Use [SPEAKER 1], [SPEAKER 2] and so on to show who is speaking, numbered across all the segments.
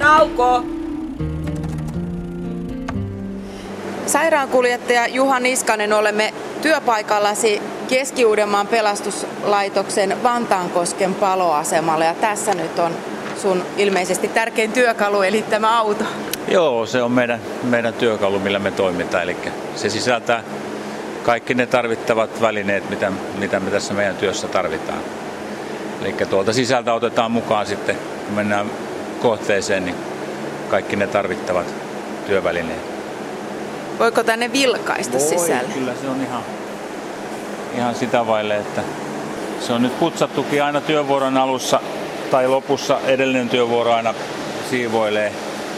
[SPEAKER 1] Tauko! Sairaankuljettaja Juha Niskanen, olemme työpaikallasi Keski-Uudenmaan pelastuslaitoksen Vantaankosken paloasemalla ja tässä nyt on sun ilmeisesti tärkein työkalu, eli tämä auto.
[SPEAKER 2] Joo, se on meidän työkalu, millä me toimitaan. Eli se sisältää kaikki ne tarvittavat välineet, mitä me tässä meidän työssä tarvitaan. Eli tuolta sisältä otetaan mukaan sitten, kun mennään kohteeseen, niin kaikki ne tarvittavat työvälineet.
[SPEAKER 1] Voiko tänne vilkaista sisälle?
[SPEAKER 2] Kyllä se on ihan sitä vaille, että se on nyt putsattukin aina työvuoron alussa tai lopussa. Edellinen työvuoro aina siivoilee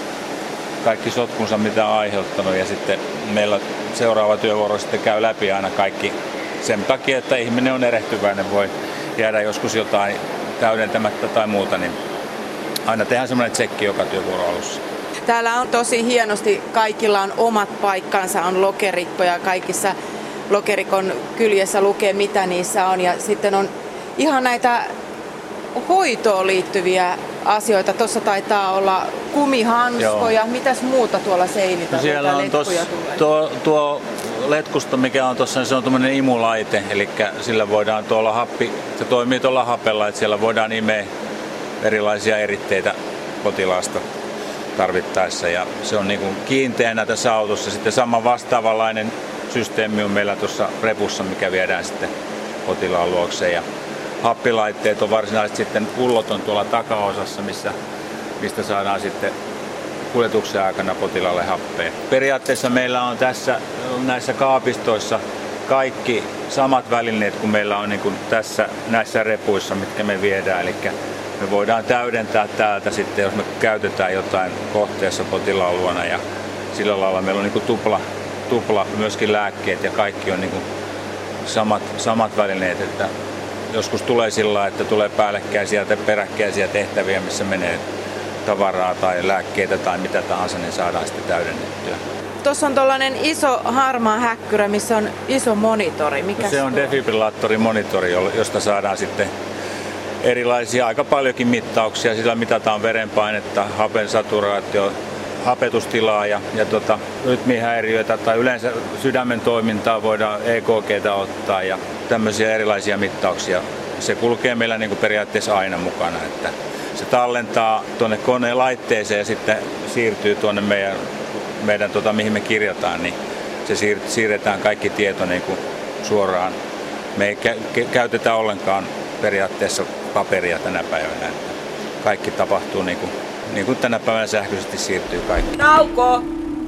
[SPEAKER 2] kaikki sotkunsa, mitä on aiheuttanut, ja sitten meillä seuraava työvuoro sitten käy läpi aina kaikki sen takia, että ihminen on erehtyväinen, voi jäädä joskus jotain täydentämättä tai muuta, niin aina tehdään semmoinen tsekki joka työvuoro alussa.
[SPEAKER 1] Täällä on tosi hienosti, kaikilla on omat paikkansa, on lokerikko ja kaikissa lokerikon kyljessä lukee mitä niissä on, ja sitten on ihan näitä hoitoon liittyviä asioita. Tuossa taitaa olla kumihanskoja. Joo. Mitäs muuta tuolla seinillä?
[SPEAKER 2] No siellä on tuo letkusto, mikä on tuossa, niin se on tuommoinen imulaite, eli sillä voidaan tuolla happi, se toimii tuolla hapella, että siellä voidaan imeä erilaisia eritteitä potilaasta tarvittaessa, ja se on niin kuin kiinteänä tässä autossa. Sitten sama vastaavanlainen systeemi on meillä tuossa repussa, mikä viedään sitten potilaan luokse, ja happilaitteet on varsinaisesti sitten pullot on tuolla takaosassa, mistä saadaan sitten kuljetuksen aikana potilaalle happea. Periaatteessa meillä on tässä näissä kaapistoissa kaikki samat välineet kuin meillä on niin kuin tässä näissä repuissa, mitkä me viedään. Eli me voidaan täydentää täältä sitten, jos me käytetään jotain kohteessa potilaan luona, ja sillä lailla meillä on niin kuin tupla myöskin lääkkeet ja kaikki on niin kuin samat välineet. Että joskus tulee sillä, että tulee päällekkäisiä tai peräkkäisiä tehtäviä, missä menee tavaraa tai lääkkeitä tai mitä tahansa, niin saadaan sitten täydennettyä.
[SPEAKER 1] Tuossa on tuollainen iso harmaa häkkyrä, missä on iso monitori. Mikä
[SPEAKER 2] se on defibrillaattorimonitori, josta saadaan sitten erilaisia, aika paljonkin mittauksia. Sillä mitataan verenpainetta, hapen saturaatio, hapetustilaa ja rytmihäiriöitä tai yleensä sydämen toimintaa voidaan EKG:tä ottaa ja tämmöisiä erilaisia mittauksia. Se kulkee meillä niin kuin periaatteessa aina mukana, että se tallentaa tuonne koneen laitteeseen ja sitten siirtyy tuonne meidän mihin me kirjataan, niin se siirretään kaikki tieto niin kuin suoraan. Me ei käytetä ollenkaan periaatteessa paperia tänä päivänä. Kaikki tapahtuu niin kuin tänä päivänä sähköisesti siirtyy kaikki.
[SPEAKER 1] Tauko!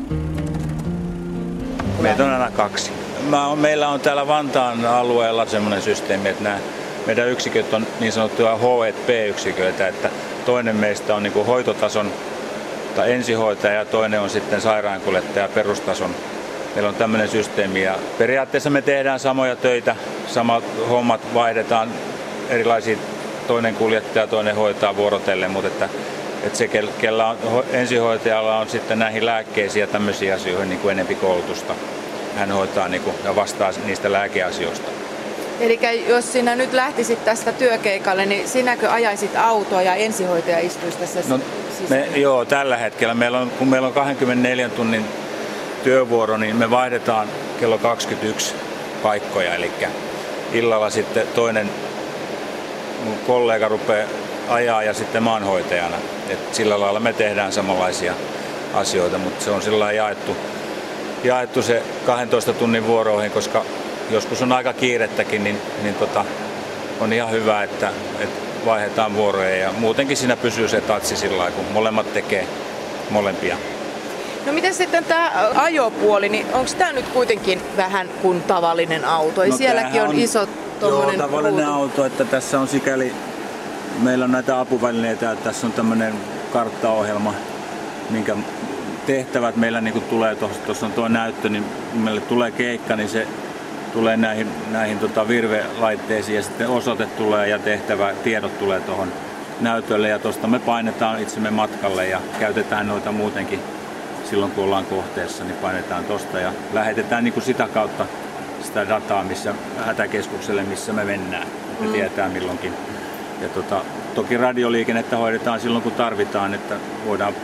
[SPEAKER 2] Meitä on aina 2. Meillä on täällä Vantaan alueella semmoinen systeemi, että nämä meidän yksiköt on niin sanottuja H&P-yksiköitä, että toinen meistä on niin kuin hoitotason tai ensihoitaja ja toinen on sitten sairaankuljettaja perustason. Meillä on tämmöinen systeemi ja periaatteessa me tehdään samoja töitä, samat hommat vaihdetaan erilaisiin, toinen kuljettaja, toinen hoitaa vuorotellen, mutta että se, kellä on, ensihoitajalla on sitten näihin lääkkeisiin ja tämmöisiin asioihin niin kuin enempi koulutusta. Hän hoitaa niin kuin, ja vastaa niistä lääkeasioista.
[SPEAKER 1] Eli jos sinä nyt lähtisit tästä työkeikalle, niin sinäkö ajaisit autoa ja ensihoitaja istuisi tässä
[SPEAKER 2] joo, tällä hetkellä. Kun meillä on 24 tunnin työvuoro, niin me vaihdetaan kello 21 paikkoja. Eli illalla sitten toinen kollega rupeaa ajaa ja sitten maanhoitajana. Et sillä lailla me tehdään samanlaisia asioita, mutta se on sillä lailla jaettu se 12 tunnin vuoroihin, koska joskus on aika kiirettäkin, niin on ihan hyvä, että vaihdetaan vuoroja ja muutenkin siinä pysyy se tatsi sillä lailla, kun molemmat tekee molempia.
[SPEAKER 1] No miten sitten tämä ajopuoli, niin onko tämä nyt kuitenkin vähän kuin tavallinen auto? No, sielläkin on iso tommonen
[SPEAKER 2] tavallinen auto, että tässä on sikäli, meillä on näitä apuvälineitä, että tässä on tämmöinen karttaohjelma, minkä tehtävät meillä niin kuin tulee, tuossa on tuo näyttö, niin meille tulee keikka, niin se tulee näihin virvelaitteisiin ja sitten osoite tulee ja tiedot tulee tuohon näytölle ja tuosta me painetaan itsemme matkalle ja käytetään noita muutenkin silloin kun ollaan kohteessa, niin painetaan tuosta ja lähetetään niin kuin sitä kautta sitä dataa hätäkeskukselle, missä me mennään, että tietää milloinkin. Ja toki radioliikennettä hoidetaan silloin kun tarvitaan, että voidaan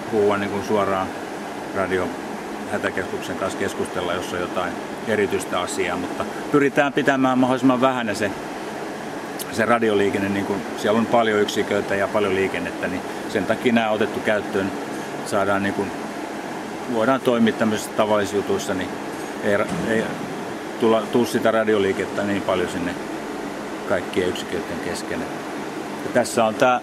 [SPEAKER 2] puhua niin kuin suoraan radion hätäkeskuksen kanssa keskustella, jos on jotain erityistä asiaa, mutta pyritään pitämään mahdollisimman vähän se radioliikenne, niin kuin siellä on paljon yksiköitä ja paljon liikennettä, niin sen takia nämä on otettu käyttöön, saadaan niin kuin, voidaan toimia tämmöisissä tavallisissa jutuissa, niin ei tule sitä radioliikettä niin paljon sinne kaikkien yksiköiden kesken. Ja tässä on tämä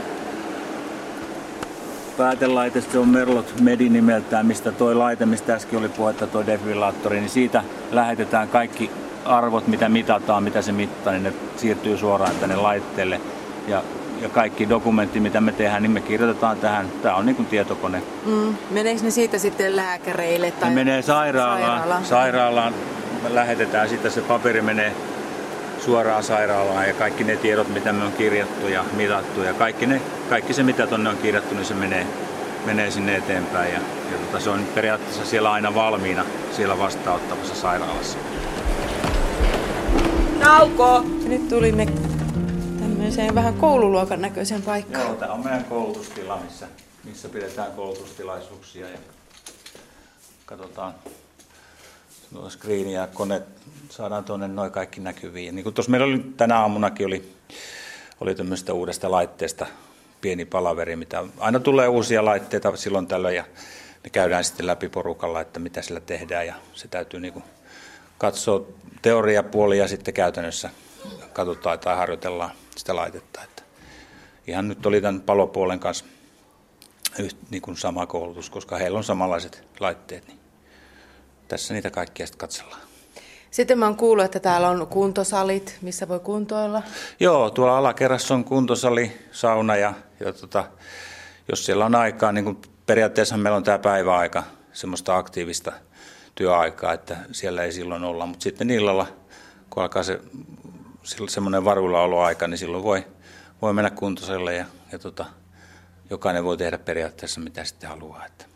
[SPEAKER 2] päätelaite, se on Merlot Medi nimeltään, mistä toi laite, mistä äsken oli puhetta, toi defibrillaattori, niin siitä lähetetään kaikki arvot, mitä mitataan, mitä se mittaa, niin ne siirtyy suoraan tänne laitteelle. Ja kaikki dokumentti, mitä me tehdään, niin me kirjoitetaan tähän. Tämä on niin kuin tietokone.
[SPEAKER 1] Meneekö ne siitä sitten lääkäreille? Tai
[SPEAKER 2] ne menee sairaalaan. Sairaalaan lähetetään, sitten se paperi menee suoraan sairaalaan ja kaikki ne tiedot, mitä me on kirjattu ja mitattu ja kaikki se, mitä tuonne on kirjattu, niin se menee sinne eteenpäin. Ja se on periaatteessa siellä aina valmiina siellä vastaanottavassa sairaalassa.
[SPEAKER 1] Nauko! Nyt tulimme tämmöiseen vähän koululuokan näköiseen paikkaan.
[SPEAKER 2] Joo, tämä on meidän koulutustila, missä pidetään koulutustilaisuuksia ja katsotaan screeniä ja koneet saadaan tuonne noin kaikki näkyviin. Niin kuin tuossa meillä oli tänä aamunakin oli tämmöistä uudesta laitteesta pieni palaveri, mitä aina tulee uusia laitteita silloin tällöin ja ne käydään sitten läpi porukalla, että mitä sillä tehdään ja se täytyy niin kuin katsoa teoriapuoli ja sitten käytännössä katsotaan tai harjoitellaan sitä laitetta. Että ihan nyt oli tämän palopuolen kanssa niin kuin sama koulutus, koska heillä on samanlaiset laitteet, niin tässä niitä kaikkia sitten katsellaan.
[SPEAKER 1] Sitten mä oon kuullut, että täällä on kuntosalit, missä voi kuntoilla.
[SPEAKER 2] Joo, tuolla alakerrassa on kuntosali, sauna ja jos siellä on aikaa, niin kuin periaatteessa meillä on tämä päiväaika, semmoista aktiivista työaikaa, että siellä ei silloin olla, mutta sitten illalla, kun alkaa semmoinen varuillaoloaika, niin silloin voi mennä kuntosalille ja jokainen voi tehdä periaatteessa mitä sitten haluaa. Että.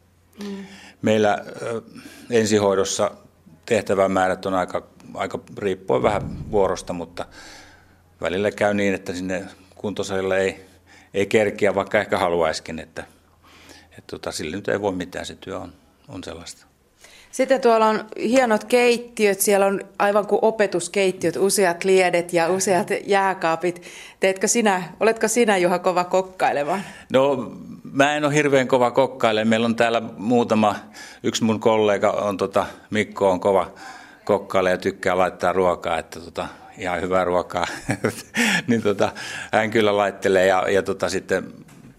[SPEAKER 2] Meillä ensihoidossa tehtävämäärät on aika riippuen vähän vuorosta, mutta välillä käy niin, että sinne kuntosalille ei kerkiä, vaikka ehkä haluaisikin, että sille nyt ei voi mitään, se työ on sellaista.
[SPEAKER 1] Sitten tuolla on hienot keittiöt, siellä on aivan kuin opetuskeittiöt, useat liedet ja useat jääkaapit. Oletko sinä Juha kova kokkailemaan?
[SPEAKER 2] No mä en ole hirveän kova kokkailemaan. Meillä on täällä yksi mun kollega on Mikko on kova kokkailija ja tykkää laittaa ruokaa, että ihan hyvää ruokaa. niin hän kyllä laittelee ja sitten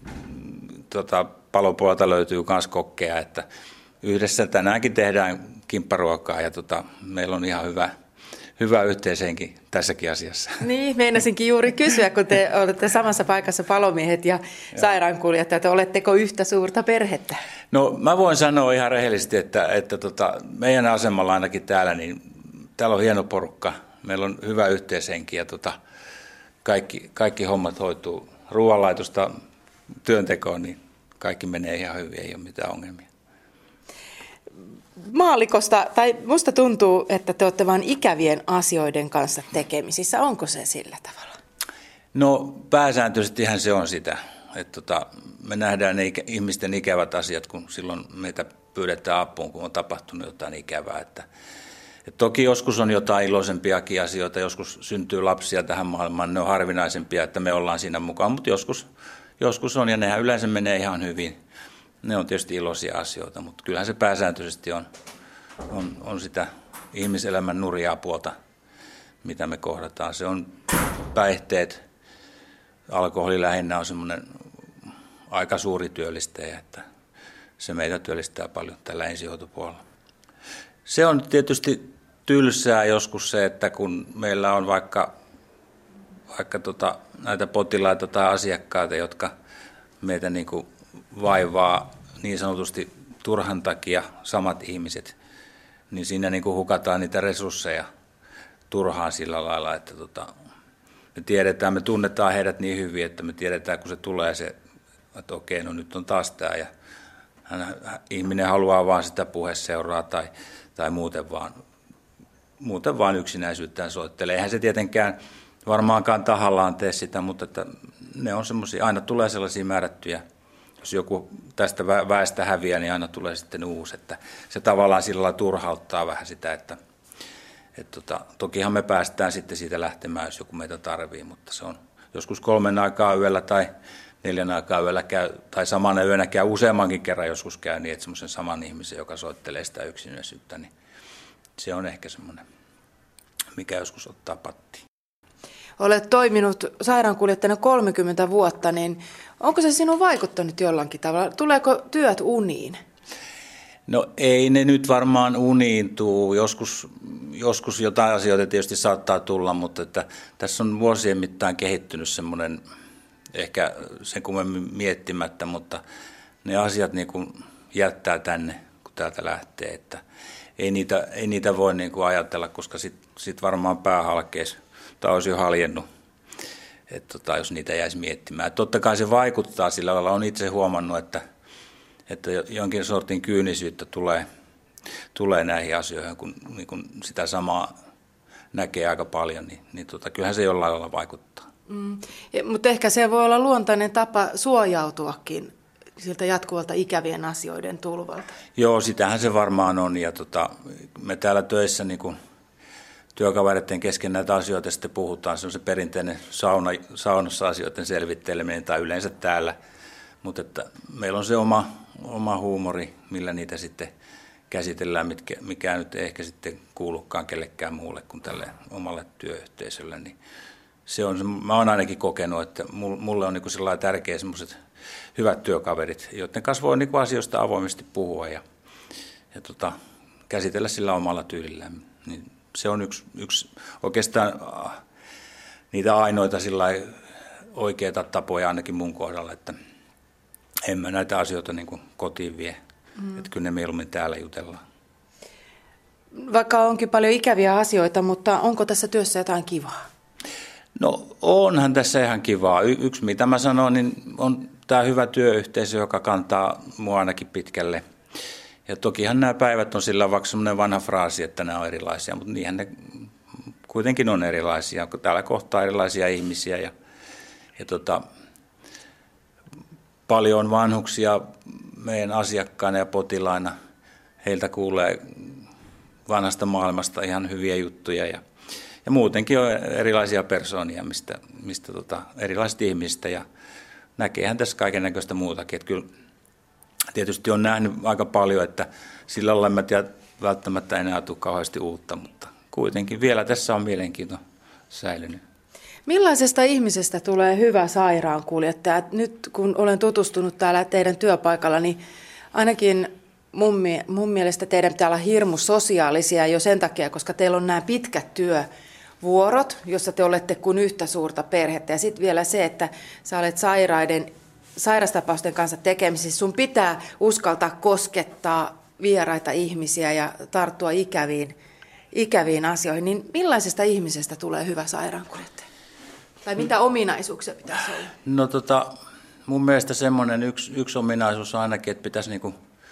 [SPEAKER 2] palopuolta löytyy myös kokkeja, että yhdessä tänäänkin tehdään kimpparuokaa ja meillä on ihan hyvä yhteishenki tässäkin asiassa.
[SPEAKER 1] Niin, meinasinkin juuri kysyä, kun te olette samassa paikassa palomiehet ja sairaankuljettajat, että oletteko yhtä suurta perhettä?
[SPEAKER 2] No mä voin sanoa ihan rehellisesti, että meidän asemalla ainakin täällä, niin täällä on hieno porukka. Meillä on hyvä yhteishenki ja kaikki hommat hoituu ruoanlaitosta työntekoon, niin kaikki menee ihan hyvin, ei ole mitään ongelmia.
[SPEAKER 1] Maallikosta, tai musta tuntuu, että te olette vain ikävien asioiden kanssa tekemisissä. Onko se sillä tavalla?
[SPEAKER 2] No pääsääntöisestihän se on sitä. Että me nähdään ne ihmisten ikävät asiat, kun silloin meitä pyydetään apuun, kun on tapahtunut jotain ikävää. Että toki joskus on jotain iloisempiakin asioita, joskus syntyy lapsia tähän maailmaan, ne on harvinaisempia, että me ollaan siinä mukaan, mutta joskus on ja nehän yleensä menee ihan hyvin. Ne on tietysti iloisia asioita, mutta kyllähän se pääsääntöisesti on sitä ihmiselämän nurjaa puolta, mitä me kohdataan. Se on päihteet, alkoholi lähinnä on semmoinen aika suuri työllistäjä, että se meitä työllistää paljon tällä ensihoitopuolella. Se on tietysti tylsää joskus se, että kun meillä on vaikka näitä potilaita tai asiakkaita, jotka meitä niin kuin vaivaa niin sanotusti turhan takia samat ihmiset, niin siinä niin kuin hukataan niitä resursseja turhaan sillä lailla, että me tunnetaan heidät niin hyvin, että me tiedetään, kun se tulee se, että okei, no nyt on taas tämä ja ihminen haluaa vaan sitä puheseuraa tai muuten vaan yksinäisyyttään soittelee. Eihän se tietenkään varmaankaan tahallaan tee sitä, mutta että ne on semmoisia, aina tulee sellaisia määrättyjä jos joku tästä väestä häviää, niin aina tulee sitten uusi. Että se tavallaan sillä lailla turhauttaa vähän sitä, että tokihan me päästään sitten siitä lähtemään, jos joku meitä tarvii, mutta se on joskus 3 aikaa yöllä tai 4 aikaa yöllä käy, tai samana yönä käy useammankin kerran joskus käy niin, että semmoisen saman ihmisen, joka soittelee sitä yksinäisyyttä, niin se on ehkä semmoinen, mikä joskus ottaa pattiin.
[SPEAKER 1] Olet toiminut sairaankuljettajana 30 vuotta, niin onko se sinun vaikuttanut jollakin tavalla? Tuleeko työt uniin?
[SPEAKER 2] No ei ne nyt varmaan uniin tuu. Joskus jotain asioita tietysti saattaa tulla, mutta että tässä on vuosien mittaan kehittynyt semmoinen, ehkä sen kummemmin miettimättä, mutta ne asiat niin kuin jättää tänne, kun täältä lähtee. Että ei niitä voi niin kuin ajatella, koska sit varmaan pää halkeisi tai olisi jo haljennut, että jos niitä jäisi miettimään. Totta kai se vaikuttaa sillä lailla. Olen itse huomannut, että jonkin sortin kyynisyyttä tulee näihin asioihin, kun sitä samaa näkee aika paljon, niin kyllähän se jollain lailla vaikuttaa.
[SPEAKER 1] Mutta ehkä se voi olla luontainen tapa suojautuakin siltä jatkuvalta ikävien asioiden tulvalta.
[SPEAKER 2] Joo, sitähän se varmaan on. Ja me täällä töissä niin työkavereiden kesken näitä asioita sitten puhutaan. Se on se perinteinen saunassa asioiden selvitteleminen tai yleensä täällä. Mutta että meillä on se oma huumori, millä niitä sitten käsitellään, mikä nyt ei ehkä sitten kuulukaan kellekään muulle kuin tälle omalle työyhteisölle. Niin mä oon ainakin kokenut, että mulle on niin sellainen tärkeä semmoiset hyvät työkaverit, joiden kanssa voi niin asioista avoimesti puhua ja käsitellä sillä omalla tyylillään. Niin se on yksi oikeastaan niitä ainoita oikeita tapoja ainakin mun kohdalla, että en mä näitä asioita niin kuin kotiin vie. Että kyllä ne mieluummin täällä jutellaan.
[SPEAKER 1] Vaikka onkin paljon ikäviä asioita, mutta onko tässä työssä jotain kivaa?
[SPEAKER 2] No onhan tässä ihan kivaa. Yksi mitä mä sanon, niin on tämä hyvä työyhteisö, joka kantaa mua ainakin pitkälle. Ja tokihan nämä päivät on sillä vaikka semmoinen vanha fraasi, että nämä on erilaisia, mutta niinhän ne kuitenkin on erilaisia. Täällä kohtaa erilaisia ihmisiä ja paljon on vanhuksia meidän asiakkaina ja potilaina. Heiltä kuulee vanhasta maailmasta ihan hyviä juttuja ja muutenkin on erilaisia persoonia, mistä erilaisista ihmisistä ja näkeehän tässä kaikennäköistä muutakin. Että kyllä tietysti on nähnyt aika paljon, että sillä lailla mä tiedän, välttämättä enää tule kauheasti uutta, mutta kuitenkin vielä tässä on mielenkiinto säilynyt. Millaisesta
[SPEAKER 1] ihmisestä tulee hyvä sairaankuljettaja? Nyt kun olen tutustunut täällä teidän työpaikalla, niin ainakin mun mielestä teidän pitää olla hirmu sosiaalisia jo sen takia, koska teillä on nämä pitkät työvuorot, jossa te olette kuin yhtä suurta perhettä. Ja sitten vielä se, että sä olet sairastapausten kanssa tekemisissä. Sun pitää uskaltaa koskettaa vieraita ihmisiä ja tarttua ikäviin asioihin. Niin millaisesta ihmisestä tulee hyvä sairaankuljettaja? Tai mitä ominaisuuksia pitäisi olla?
[SPEAKER 2] No mun mielestä semmoinen yksi ominaisuus on ainakin, että pitäisi niinku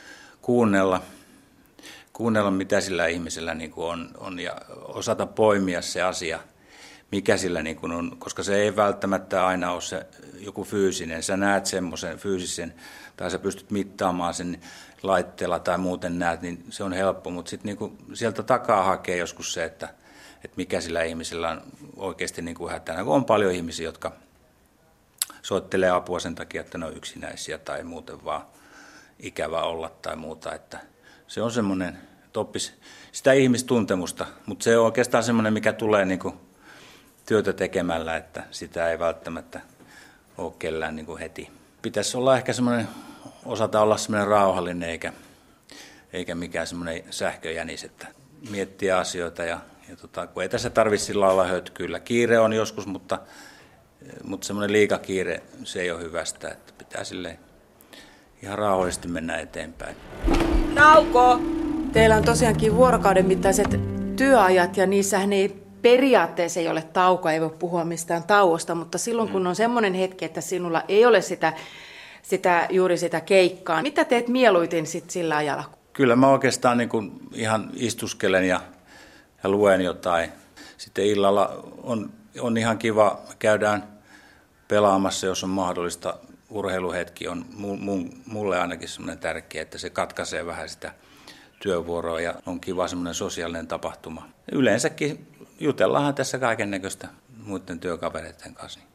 [SPEAKER 2] kuunnella mitä sillä ihmisellä niinku on ja osata poimia se asia, mikä sillä niinku on, koska se ei välttämättä aina ole se joku fyysinen. Sä näet semmoisen fyysisen tai sä pystyt mittaamaan sen laitteella tai muuten näet, niin se on helppo, mutta sitten niinku sieltä takaa hakee joskus se, että mikä sillä ihmisellä on oikeasti niinku hätänä. On paljon ihmisiä, jotka soittelee apua sen takia, että ne on yksinäisiä tai muuten vaan ikävä olla tai muuta. Että se on semmoinen, että oppisi sitä ihmistuntemusta, mutta se on oikeastaan semmoinen, mikä tulee niinku työtä tekemällä, että sitä ei välttämättä ole kellään niinku heti. Pitäisi olla ehkä semmoinen, osata olla semmoinen rauhallinen eikä mikään semmoinen sähköjänis, että miettiä asioita ja kun ei tässä tarvitse sillä olla hötkyillä. Kiire on joskus, mutta semmoinen liikakiire, se ei ole hyvästä, että pitää silleen ihan rauhallisesti mennä eteenpäin.
[SPEAKER 1] Nauko! Teillä on tosiaankin vuorokauden mittaiset työajat ja niissähän ei periaatteessa ei ole taukoa, ei voi puhua mistään tauosta, mutta silloin kun on semmoinen hetki, että sinulla ei ole juuri sitä keikkaa, mitä teet mieluiten sit sillä ajalla?
[SPEAKER 2] Kyllä mä oikeastaan niin kuin ihan istuskelen ja luen jotain. Sitten illalla on ihan kiva, käydään pelaamassa, jos on mahdollista urheiluhetki on mulle ainakin semmoinen tärkeä, että se katkaisee vähän sitä työvuoroa ja on kiva semmoinen sosiaalinen tapahtuma. Yleensäkin jutellaanhan tässä kaikennäköistä muiden työkavereiden kanssa.